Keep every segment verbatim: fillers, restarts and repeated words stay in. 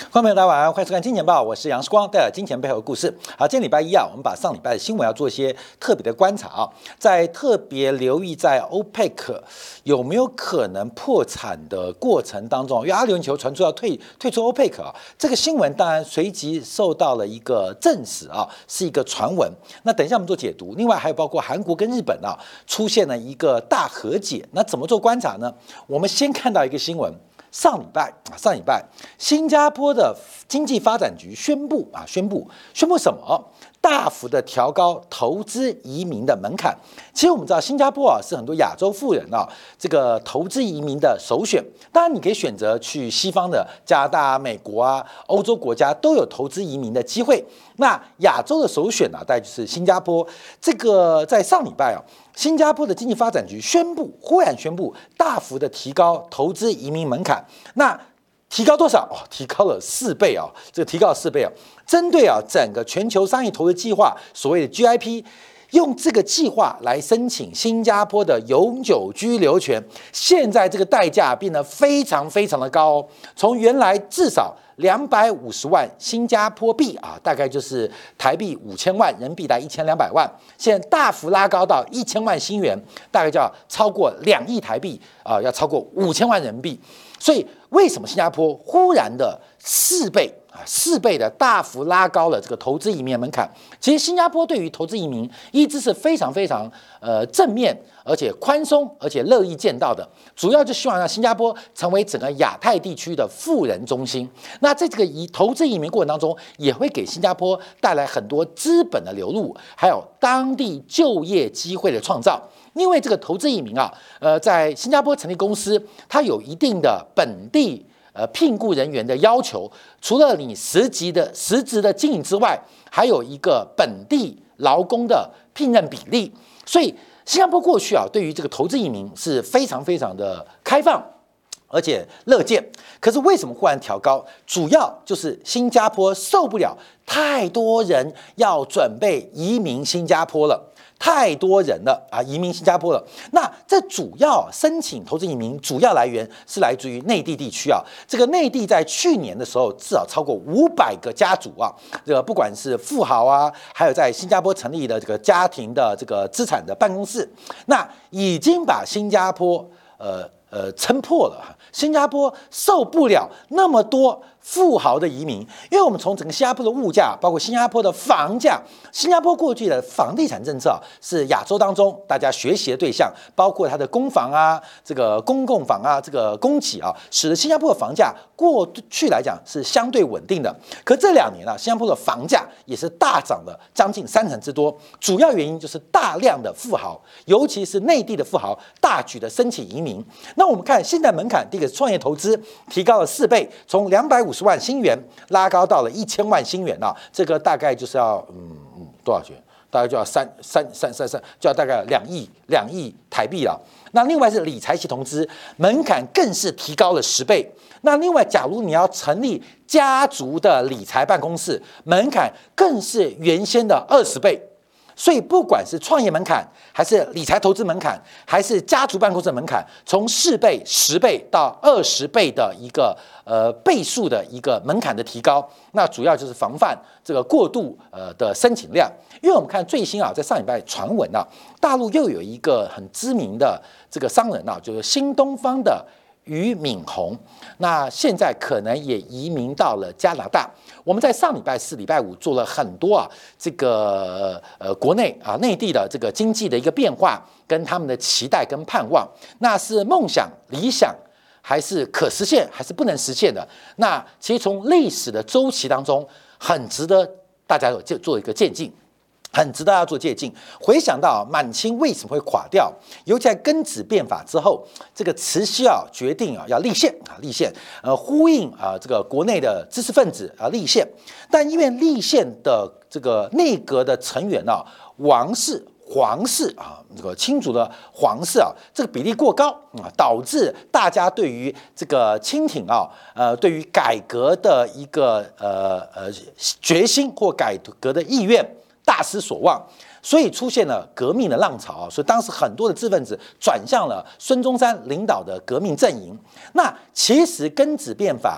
观众朋友，大家晚上欢迎收看《金钱报》，我是杨世光，带来金钱背后的故事。好，今天礼拜一啊，我们把上礼拜的新闻要做一些特别的观察啊，在特别留意在 O P E C 有没有可能破产的过程当中，因为阿联酋传出要退退出 O P E C 啊，这个新闻当然随即受到了一个证实啊，是一个传闻。那等一下我们做解读。另外还有包括韩国跟日本啊，出现了一个大和解。那怎么做观察呢？我们先看到一个新闻。上礼拜啊，上礼拜，新加坡的经济发展局宣布啊，宣布宣布什么？大幅的调高投资移民的门槛。其实我们知道，新加坡啊是很多亚洲富人啊这个投资移民的首选。当然，你可以选择去西方的加拿大、美国啊、欧洲国家都有投资移民的机会。那亚洲的首选啊，大概就是新加坡。这个在上礼拜啊。新加坡的经济发展局宣布，忽然宣布大幅的提高投资移民门槛。那提高多少？哦，提高了四倍啊！这个提高了四倍啊！针对啊整个全球商业投资计划，所谓的 G I P， 用这个计划来申请新加坡的永久居留权。现在这个代价变得非常非常的高哦，从原来至少两百五十万新加坡币啊，大概就是台币五千万，人民币达一千两百万，现在大幅拉高到一千万新元，大概就要超过两亿台币啊，要超过五千万人民币。所以为什么新加坡忽然的四倍啊，四倍的大幅拉高了这个投资移民的门槛？其实新加坡对于投资移民一直是非常非常呃正面，而且宽松，而且乐意见到的。主要就希望让新加坡成为整个亚太地区的富人中心。那在这个移投资移民过程当中，也会给新加坡带来很多资本的流入，还有当地就业机会的创造。因为这个投资移民啊，呃，在新加坡成立公司，它有一定的本地呃聘雇人员的要求，除了你实际的实质的经营之外，还有一个本地劳工的聘任比例。所以新加坡过去啊，对于这个投资移民是非常非常的开放，而且乐见。可是为什么忽然调高？主要就是新加坡受不了太多人要准备移民新加坡了。太多人了啊！移民新加坡了。那这主要申请投资移民主要来源是来自于内地地区啊。这个内地在去年的时候，至少超过五百个家族啊，这个不管是富豪啊，还有在新加坡成立的这个家庭的这个资产的办公室，那已经把新加坡呃呃撑破了。新加坡受不了那么多富豪的移民，因为我们从整个新加坡的物价，包括新加坡的房价，新加坡过去的房地产政策啊，是亚洲当中大家学习的对象，包括它的公房啊、这个公共房啊、这个供给啊，使得新加坡的房价过去来讲是相对稳定的。可这两年啊，新加坡的房价也是大涨了将近三成之多，主要原因就是大量的富豪，尤其是内地的富豪大举的申请移民。那我们看现在门槛，第一个创业投资提高了四倍，从两百五十万新元拉高到了一千万新元啊，这个大概就是要嗯嗯多少钱？大概就要三三三三三，就要大概两亿两亿台币了。那另外是理财型投资门槛更是提高了十倍。那另外，假如你要成立家族的理财办公室，门槛更是原先的二十倍。所以，不管是创业门槛，还是理财投资门槛，还是家族办公室的门槛，从四倍、十倍到二十倍的一个呃倍数的一个门槛的提高，那主要就是防范这个过度呃的申请量。因为我们看最新啊，在上礼拜传闻啊，大陆又有一个很知名的这个商人啊，就是新东方的俞敏洪，那现在可能也移民到了加拿大。我们在上礼拜四、礼拜五做了很多啊，这个呃国内啊内地的这个经济的一个变化，跟他们的期待跟盼望，那是梦想、理想，还是可实现，还是不能实现的？那其实从历史的周期当中，很值得大家有做一个渐进。很值得大家做借鉴。回想到满清为什么会垮掉，尤其在庚子变法之后，这个慈禧啊决定啊要立宪啊立宪，呃呼应啊这个国内的知识分子啊立宪，但因为立宪的这个内阁的成员啊王室。皇室啊，这个清族的皇室啊，这个比例过高啊，导致大家对于这个清廷啊，呃，对于改革的一个呃呃决心或改革的意愿大失所望，所以出现了革命的浪潮啊。所以当时很多的知识分子转向了孙中山领导的革命阵营。那其实庚子变法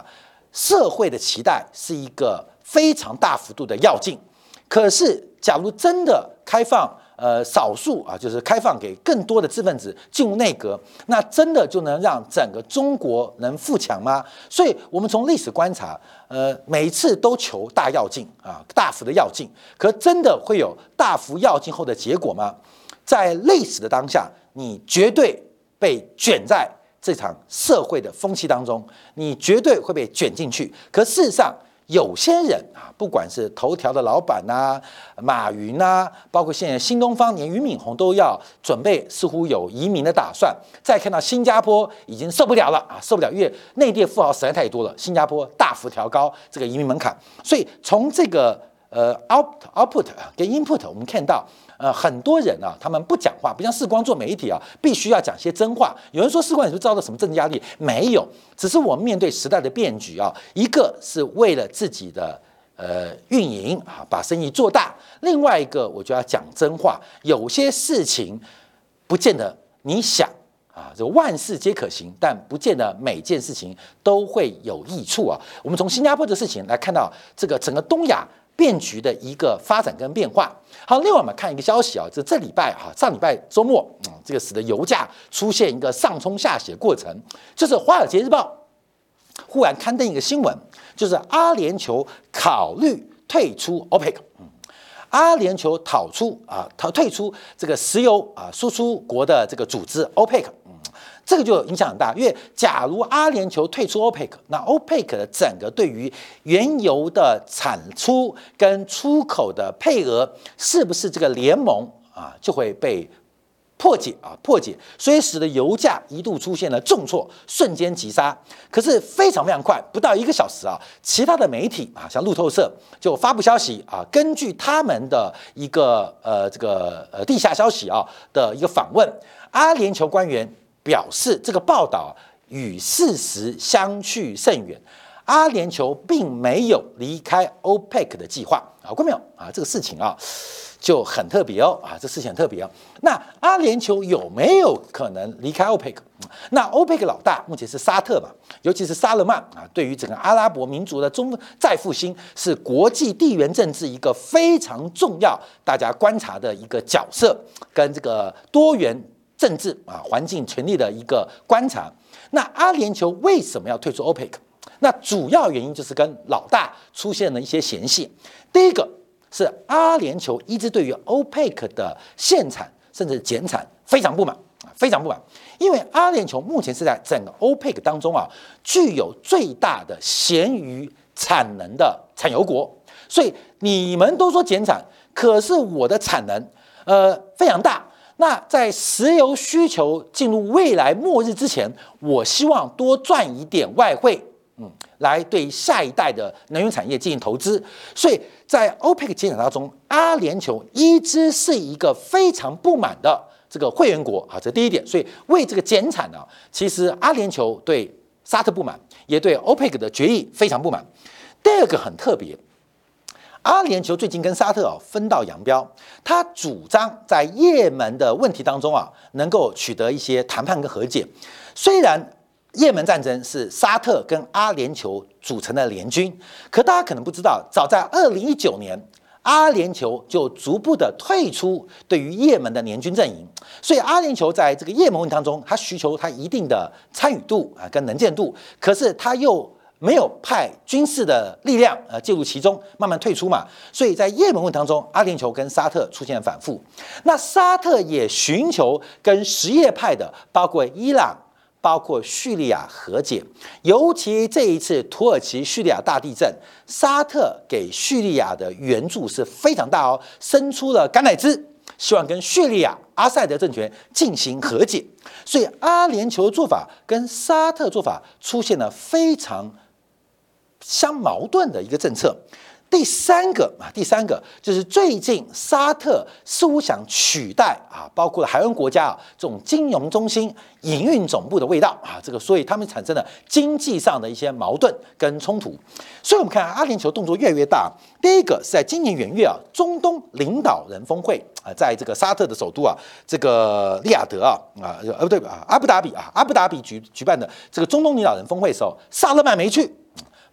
社会的期待是一个非常大幅度的跃进。可是，假如真的开放，呃，少数啊，就是开放给更多的知识分子进入内阁，那真的就能让整个中国能富强吗？所以，我们从历史观察，呃，每一次都求大跃进啊，大幅的跃进，可真的会有大幅跃进后的结果吗？在历史的当下，你绝对被卷在这场社会的风气当中，你绝对会被卷进去。可事实上，有些人啊，不管是头条的老板呐、啊、马云呐、啊，包括现在新东方，连俞敏洪都要准备，似乎有移民的打算。再看到新加坡已经受不了了啊，受不了，因为内地富豪实在太多了，新加坡大幅调高这个移民门槛。所以从这个呃 out output 跟 input， 我们看到。呃，很多人啊，他们不讲话，不像世光做媒体啊，必须要讲些真话。有人说世光你是不是遭到什么政治压力？没有，只是我们面对时代的变局啊，一个是为了自己的呃运营啊，把生意做大；另外一个我就要讲真话。有些事情不见得你想啊，这万事皆可行，但不见得每件事情都会有益处啊。我们从新加坡的事情来看到这个整个东亚变局的一个发展跟变化。好，另外我们看一个消息啊，这这礼拜哈，上礼拜周末，嗯，这个使得油价出现一个上冲下洗的过程，就是《华尔街日报》忽然刊登一个新闻，就是阿联酋考虑退出 OPEC， 嗯，阿联酋逃出啊，逃退出这个石油啊输出国的这个组织 OPEC。这个就影响很大，因为假如阿联酋退出 OPEC， 那 OPEC 的整个对于原油的产出跟出口的配额，是不是这个联盟啊就会被破解啊破解，所以使得油价一度出现了重挫，瞬间急杀。可是非常非常快，不到一个小时啊，其他的媒体啊，像路透社就发布消息啊，根据他们的一个呃这个呃地下消息啊的一个访问，阿联酋官员表示，这个报道与事实相去甚远，阿联酋并没有离开 OPEC 的计划啊，看到没有啊？这个事情啊就很特别哦啊，这事情很特别哦。那阿联酋有没有可能离开 OPEC？ 那 OPEC 老大目前是沙特嘛，尤其是沙勒曼啊，对于整个阿拉伯民族的中再复兴是国际地缘政治一个非常重要大家观察的一个角色，跟这个多元政治啊环境权力的一个观察。那阿联酋为什么要退出 OPEC？ 那主要原因就是跟老大出现了一些嫌隙。第一个是阿联酋一直对于 OPEC 的限产甚至减产非常不满，非常不满，因为阿联酋目前是在整个 OPEC 当中啊具有最大的咸鱼产能的产油国，所以你们都说减产，可是我的产能呃非常大。那在石油需求进入未来末日之前，我希望多赚一点外汇，嗯，来对下一代的能源产业进行投资。所以在 OPEC 减产当中，阿联酋一直是一个非常不满的这个会员国啊，这第一点。所以为这个减产呢，其实阿联酋对沙特不满，也对 OPEC 的决议非常不满。第二个很特别。阿联酋最近跟沙特啊分道扬镳，他主张在也门的问题当中啊能够取得一些谈判跟和解。虽然也门战争是沙特跟阿联酋组成的联军，可大家可能不知道，早在二零一九年，阿联酋就逐步的退出对于也门的联军阵营。所以阿联酋在这个也门问题当中，他需求他一定的参与度啊跟能见度，可是他又没有派军事的力量呃介入其中，慢慢退出嘛，所以在也门问题当中，阿联酋跟沙特出现了反复。那沙特也寻求跟什叶派的，包括伊朗、包括叙利亚和解。尤其这一次土耳其叙利亚大地震，沙特给叙利亚的援助是非常大哦，伸出了橄榄枝，希望跟叙利亚阿塞德政权进行和解。所以阿联酋的做法跟沙特做法出现了非常相矛盾的一个政策。第三个啊，第三个就是最近沙特似乎想取代啊，包括海湾国家啊这种金融中心、营运总部的味道啊，这个所以他们产生了经济上的一些矛盾跟冲突。所以我们看阿联酋动作越来越大。第一个是在今年元月啊，中东领导人峰会啊，在这个沙特的首都啊，这个利雅得啊啊呃不对啊，阿布达比啊，阿布达比举举办的这个中东领导人峰会的时候，萨勒曼没去。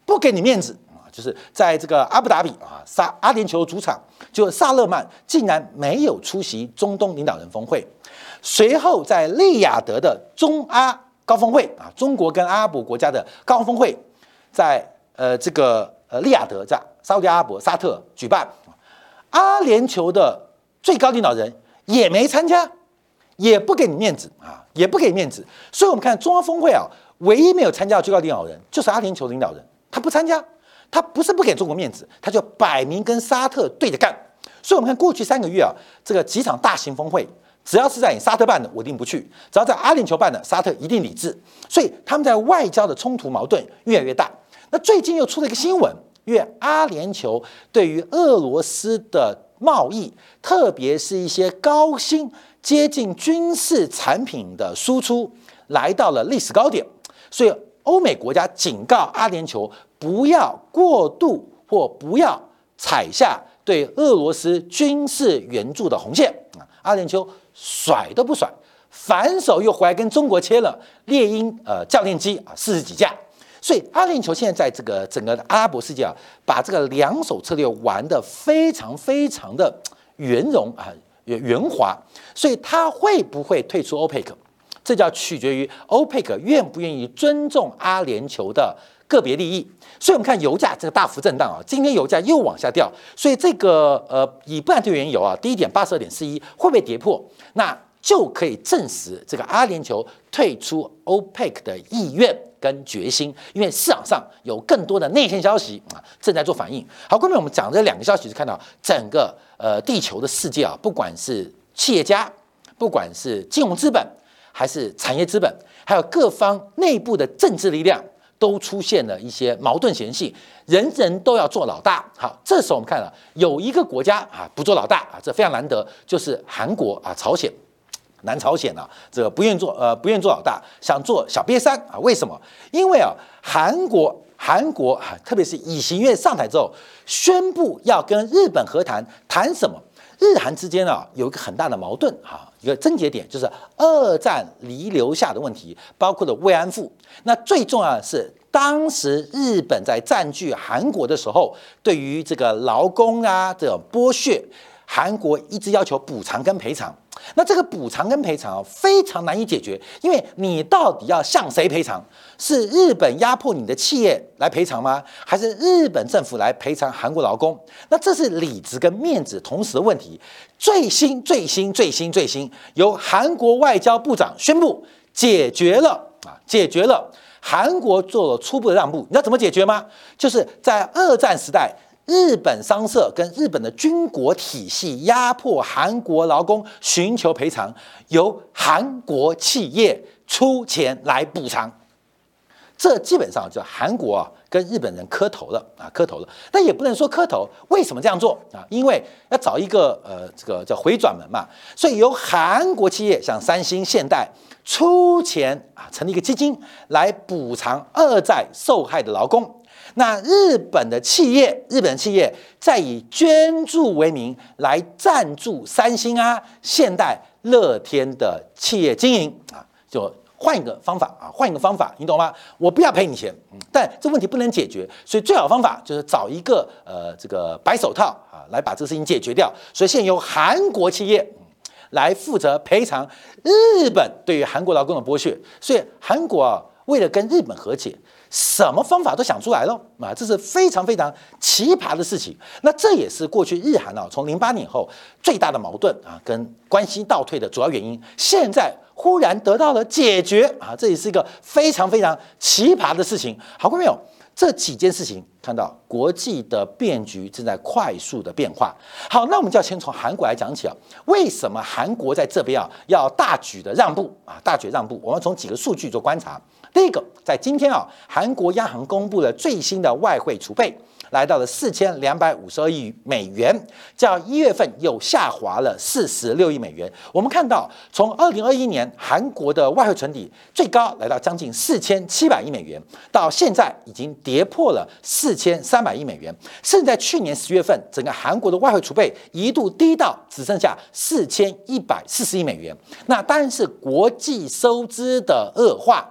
不给你面子啊，就是在这个阿布达比啊，萨阿联酋主场，就萨勒曼竟然没有出席中东领导人峰会。随后在利雅得的中阿高峰会啊，中国跟阿拉伯国家的高峰会，在呃这个呃利雅得在沙特阿拉伯沙特举办，阿联酋的最高领导人也没参加，也不给你面子啊，也不给面子。所以我们看中阿峰会啊，唯一没有参加的最高领导人就是阿联酋领导人，他不参加，他不是不给中国面子，他就摆明跟沙特对着干。所以我们看过去三个月啊，这个几场大型峰会，只要是在你沙特办的，我一定不去；只要在阿联酋办的，沙特一定理智。所以他们在外交的冲突矛盾越来越大。那最近又出了一个新闻，因为阿联酋对于俄罗斯的贸易，特别是一些高薪接近军事产品的输出，来到了历史高点。所以欧美国家警告阿联酋不要过度或不要踩下对俄罗斯军事援助的红线啊！阿联酋甩都不甩，反手又回来跟中国签了猎鹰呃教练机啊四十几架。所以阿联酋现在在这个整个阿拉伯世界啊，把这个两手策略玩得非常非常的圆融啊圆滑。所以他会不会退出欧佩克？这就要取决于欧佩克愿不愿意尊重阿联酋的个别利益。所以我们看油价这个大幅震荡啊，今天油价又往下掉，所以这个呃以布兰特原油啊低点八十二点四一会不会跌破？那就可以证实这个阿联酋退出欧佩克的意愿跟决心，因为市场上有更多的内线消息啊正在做反应。好，各位，我们讲这两个消息，就看到整个呃地球的世界啊，不管是企业家，不管是金融资本，还是产业资本，还有各方内部的政治力量，都出现了一些矛盾嫌隙，人人都要做老大。好，这时候我们看了有一个国家啊不做老大啊，这非常难得，就是韩国啊，朝鲜。南朝鲜啊，这个不愿做呃不愿做老大，想做小瘪三啊？为什么？因为啊，韩国韩国啊，特别是尹锡悦上台之后，宣布要跟日本和谈，谈什么？日韩之间啊有一个很大的矛盾啊，一个症结点就是二战遗留下的问题，包括了慰安妇。那最重要的是，当时日本在占据韩国的时候，对于这个劳工啊这种剥削，韩国一直要求补偿跟赔偿。那这个补偿跟赔偿非常难以解决，因为你到底要向谁赔偿？是日本压迫你的企业来赔偿吗？还是日本政府来赔偿韩国劳工？那这是里子跟面子同时的问题。最新最新最新最新，由韩国外交部长宣布解决了啊，解决了。韩国做了初步的让步，你知道怎么解决吗？就是在二战时代，日本商社跟日本的军国体系压迫韩国劳工，寻求赔偿，由韩国企业出钱来补偿。这基本上就韩国啊跟日本人磕头了啊，磕头了。但也不能说磕头，为什么这样做啊？因为要找一个呃这个叫回转门嘛，所以由韩国企业像三星、现代出钱啊，成立一个基金来补偿二战受害的劳工。那日本的企业，日本的企业再以捐助为名来赞助三星啊、现代、乐天的企业经营啊，就换一个方法啊，换一个方法，你懂吗？我不要赔你钱，但这问题不能解决，所以最好的方法就是找一个呃这个白手套啊，来把这个事情解决掉。所以现由韩国企业来负责赔偿日本对于韩国劳工的剥削。所以韩国啊，为了跟日本和解，什么方法都想出来了啊！这是非常非常奇葩的事情。那这也是过去日韩啊，从零八年以后最大的矛盾啊，跟关系倒退的主要原因。现在忽然得到了解决啊，这也是一个非常非常奇葩的事情。好，各位朋友，这几件事情看到国际的变局正在快速的变化。好，那我们就要先从韩国来讲起啊。为什么韩国在这边啊要大举的让步啊？大举让步，我们从几个数据做观察。第一个，在今天啊，韩国央行公布了最新的外汇储备，来到了四千两百五十二亿美元，较一月份又下滑了四十六亿美元。我们看到，从二零二一年韩国的外汇存底最高来到将近四千七百亿美元，到现在已经跌破了四千三百亿美元，甚至在去年十月份，整个韩国的外汇储备一度低到只剩下四千一百四十亿美元。那当然是国际收支的恶化，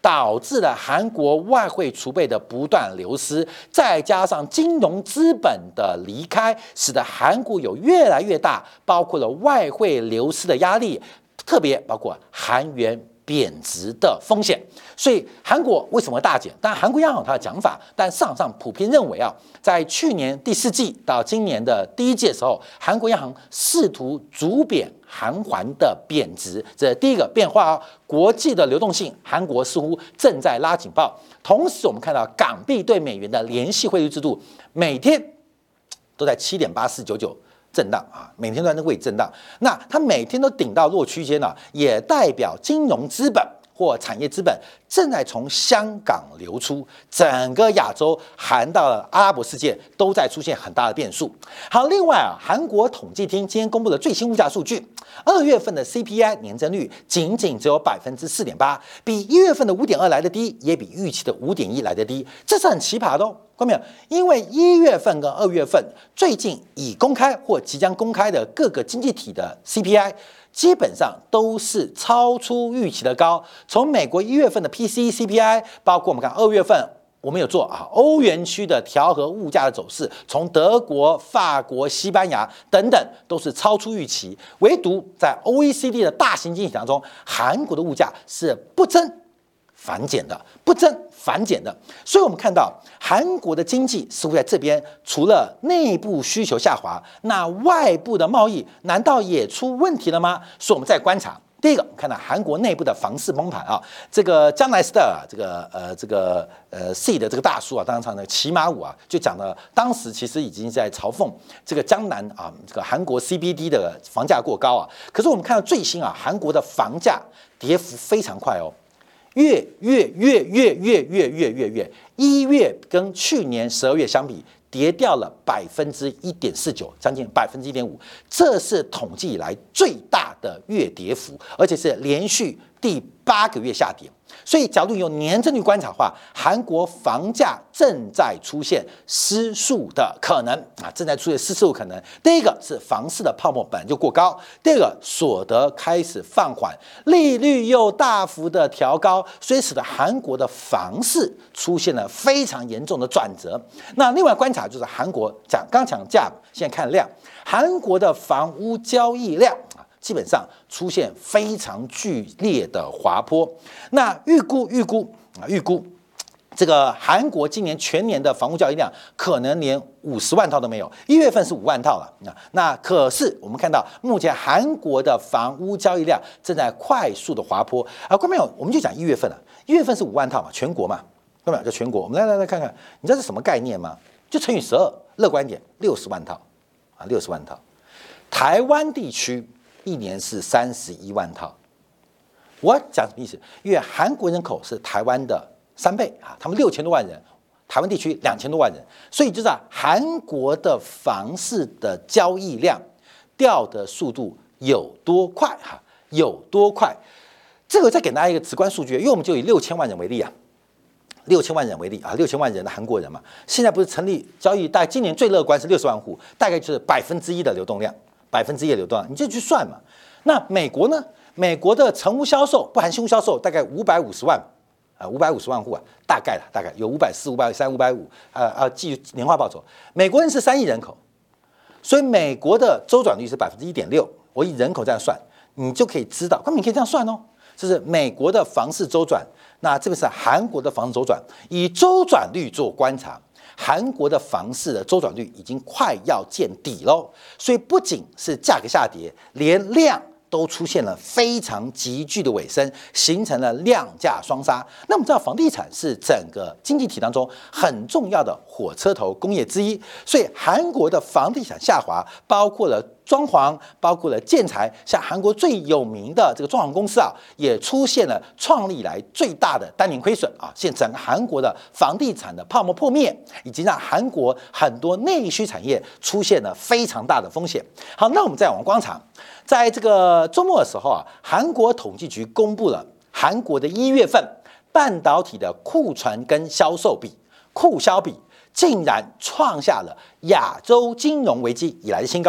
导致了韩国外汇储备的不断流失，再加上金融资本的离开，使得韩国有越来越大，包括了外汇流失的压力，特别包括韩元贬值的风险。所以韩国为什么大减？当然，韩国央行有它的讲法，但市场上普遍认为啊，在去年第四季到今年的第一季的时候，韩国央行试图逐贬韩元的贬值，这是第一个变化哦。国际的流动性，韩国似乎正在拉警报。同时，我们看到港币对美元的联系汇率制度，每天都在七点八四九九。震荡啊，每天都在那个位置震荡。那它每天都顶到弱区间呢，也代表金融资本或产业资本正在从香港流出，整个亚洲含到了阿拉伯世界都在出现很大的变数。好，另外啊，韩国统计厅今天公布了最新物价数据，二月份的 C P I 年增率仅仅只有百分之四点八，比一月份的五点二来得低，也比预期的五点一来得低，这是很奇葩的哦。看到没有？因为一月份跟二月份最近已公开或即将公开的各个经济体的 C P I， 基本上都是超出预期的高。从美国一月份的 P C E C P I， 包括我们看二月份，我们有做啊欧元区的调和物价的走势，从德国、法国、西班牙等等都是超出预期，唯独在 O E C D 的大型经济体当中，韩国的物价是不增反减的，不增反减的。所以我们看到韩国的经济似乎在这边除了内部需求下滑，那外部的贸易难道也出问题了吗？所以我们再观察。第一个，我们看到韩国内部的房市崩盘啊，这个江莱斯特啊，这个呃这个呃 C 的这个大叔啊，当场的骑马舞啊，就讲了，当时其实已经在嘲讽这个江南啊，这个韩国 C B D 的房价过高啊。可是我们看到最新啊，韩国的房价跌幅非常快哦。月月月月月月月月月，一月跟去年十二月相比，跌掉了百分之一点四九，将近百分之一点五，这是统计以来最大的月跌幅，而且是连续第八个月下跌。所以，假如有年增率观察的话，韩国房价正在出现失速的可能啊，正在出现失速可能。第一个是房市的泡沫本来就过高，第二个所得开始放缓，利率又大幅的调高，所以使得韩国的房市出现了非常严重的转折。那另外观察就是韩国讲刚讲价，现在看量，韩国的房屋交易量基本上出现非常剧烈的滑坡。那预估预估啊，预估这个韩国今年全年的房屋交易量可能连五十万套都没有，一月份是五万套了。那可是我们看到目前韩国的房屋交易量正在快速的滑坡啊。观众朋友，我们就讲一月份了，一月份是五万套嘛，全国嘛，观众朋友就全国。我们来来来看看，你知道是什么概念吗？就乘以十二，乐观一点，六十万套啊，六十万套。台湾地区一年是三十一万套，我讲什么意思？因为韩国人口是台湾的三倍啊，他们六千多万人，台湾地区两千多万人，所以就是啊，韩国的房市的交易量掉的速度有多快哈？有多快？这个再给大家一个直观数据，因为我们就以六千万人为例啊，六千万人为例啊，六千万人的韩国人嘛，现在不是成立交易，大概今年最乐观是六十万户，大概就是百分之一的流动量。百分之一的流动量，你就去算嘛。那美国呢？美国的成屋销售不含新屋销售，大概五百五十万啊，五百五十万户啊，大概了，大概有五百四、五百三、五百五，呃呃，计年化报酬。美国人是三亿人口，所以美国的周转率是百分之一点六。我以人口这样算，你就可以知道，光你可以这样算哦。这是美国的房市周转，那这边是韩国的房市周转，以周转率做观察。韩国的房市的周转率已经快要见底喽，所以不仅是价格下跌，连量都出现了非常急剧的尾声，形成了量价双杀。那我们知道，房地产是整个经济体当中很重要的火车头工业之一，所以韩国的房地产下滑，包括了装潢，包括了建材，像韩国最有名的这个装潢公司啊，也出现了创立以来最大的单年亏损啊。现整个韩国的房地产的泡沫破灭，以及让韩国很多内需产业出现了非常大的风险。好，那我们再往观察，在这个周末的时候啊，韩国统计局公布了韩国的一月份半导体的库存跟销售比，库销比竟然创下了亚洲金融危机以来的新高。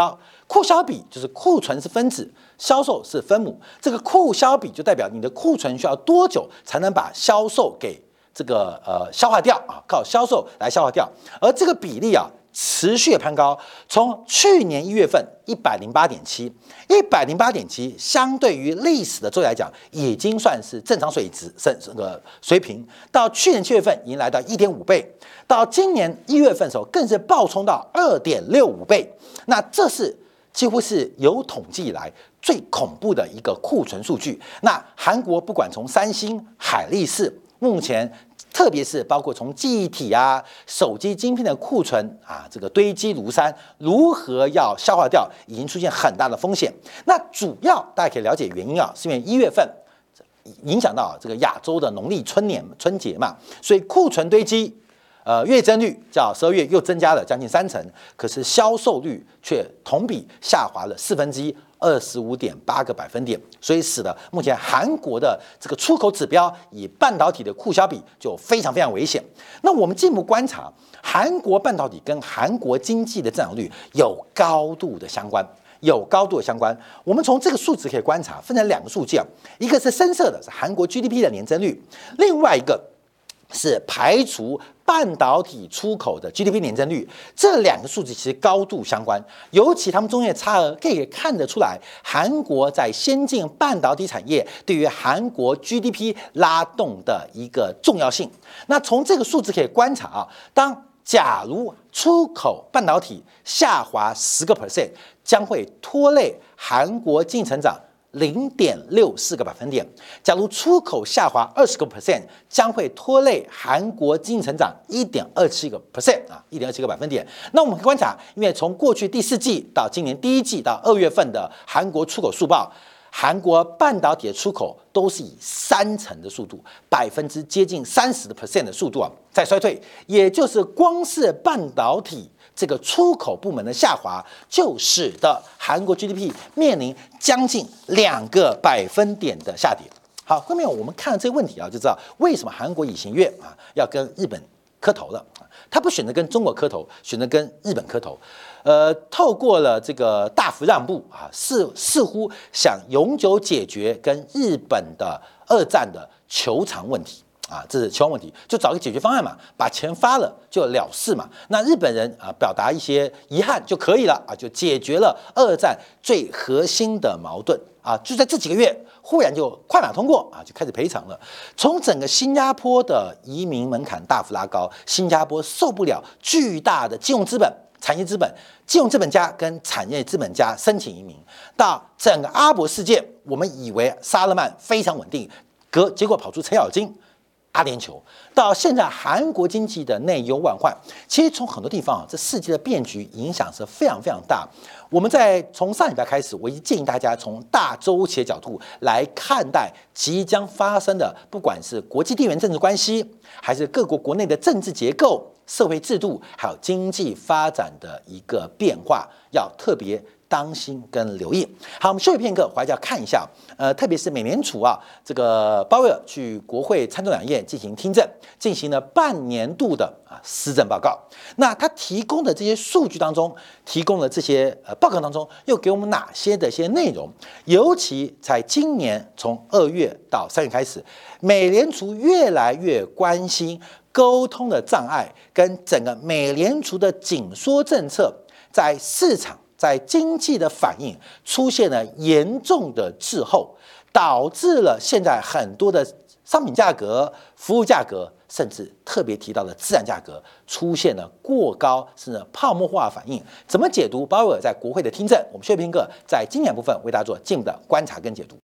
库销比就是库存是分子，销售是分母。这个库销比就代表你的库存需要多久才能把销售给这个呃消化掉啊，靠销售来消化掉。而这个比例啊持续攀高，从去年一月份一百零八点七，一百零八点七，相对于历史的周期来讲，已经算是正常水值，这个水平。到去年七月份已经来到一点五倍，到今年一月份的时候更是暴冲到二点六五倍。那这是几乎是有统计以来最恐怖的一个库存数据。那韩国不管从三星、海力士，目前特别是包括从记忆体啊、手机晶片的库存啊，这个堆积如山，如何要消化掉，已经出现很大的风险。那主要大家可以了解原因啊，是因为一月份影响到这个亚洲的农历春年春节嘛，所以库存堆积。呃，月增率较十二月又增加了将近三成，可是销售率却同比下滑了四分之一，二十五点八个百分点，所以使得目前韩国的这个出口指标以半导体的库销比就非常非常危险。那我们进一步观察，韩国半导体跟韩国经济的增长率有高度的相关。有高度的相关，我们从这个数值可以观察，分成两个数据啊，一个是深色的，是韩国 G D P 的年增率，另外一个是排除半导体出口的 G D P 年增率，这两个数字其实高度相关，尤其它们中间的差额可以看得出来，韩国在先进半导体产业对于韩国 G D P 拉动的一个重要性。那从这个数字可以观察啊，当假如出口半导体下滑十个 percent， 将会拖累韩国经济成长零点六四个百分点。假如出口下滑二十个 percent， 将会拖累韩国经济成长一点二七个 percent 啊，一点二七个百分点。那我们可以观察，因为从过去第四季到今年第一季到二月份的韩国出口速报，韩国半导体的出口都是以三成的速度，百分之接近三十的 percent 的速度啊在衰退，也就是光是半导体这个出口部门的下滑，就使得韩国 G D P 面临将近两个百分点的下跌。好，后面我们看了这个问题啊，就知道为什么韩国尹锡悦啊要跟日本磕头了。他不选择跟中国磕头，选择跟日本磕头。呃，透过了这个大幅让步啊，似似乎想永久解决跟日本的二战的求偿问题。啊，这是求偿问题，就找个解决方案嘛，把钱发了就了事嘛。那日本人啊，表达一些遗憾就可以了啊，就解决了二战最核心的矛盾啊。就在这几个月，忽然就快马通过啊，就开始赔偿了。从整个新加坡的移民门槛大幅拉高，新加坡受不了巨大的金融资本、产业资本、金融资本家跟产业资本家申请移民，到整个阿拉伯世界，我们以为沙勒曼非常稳定，隔结果跑出程咬金。阿联酋到现在，韩国经济的内忧外患，其实从很多地方啊，这世界的变局影响是非常非常大。我们在从上礼拜开始，我已经建议大家从大周期的角度来看待即将发生的，不管是国际地缘政治关系，还是各国国内的政治结构、社会制度，还有经济发展的一个变化，要特别当心跟留意。好，我们休息片刻，回来就要看一下，呃，特别是美联储啊，这个鲍威尔去国会参众两院进行听证，进行了半年度的啊施政报告。那他提供的这些数据当中，提供了这些呃报告当中，又给我们哪些的一些内容？尤其在今年从二月到三月开始，美联储越来越关心沟通的障碍跟整个美联储的紧缩政策在市场。在经济的反应出现了严重的滞后，导致了现在很多的商品价格、服务价格，甚至特别提到的自然价格出现了过高甚至泡沫化反应。怎么解读鲍威尔在国会的听证？我们薛平克在经典部分为大家做进一步的观察跟解读。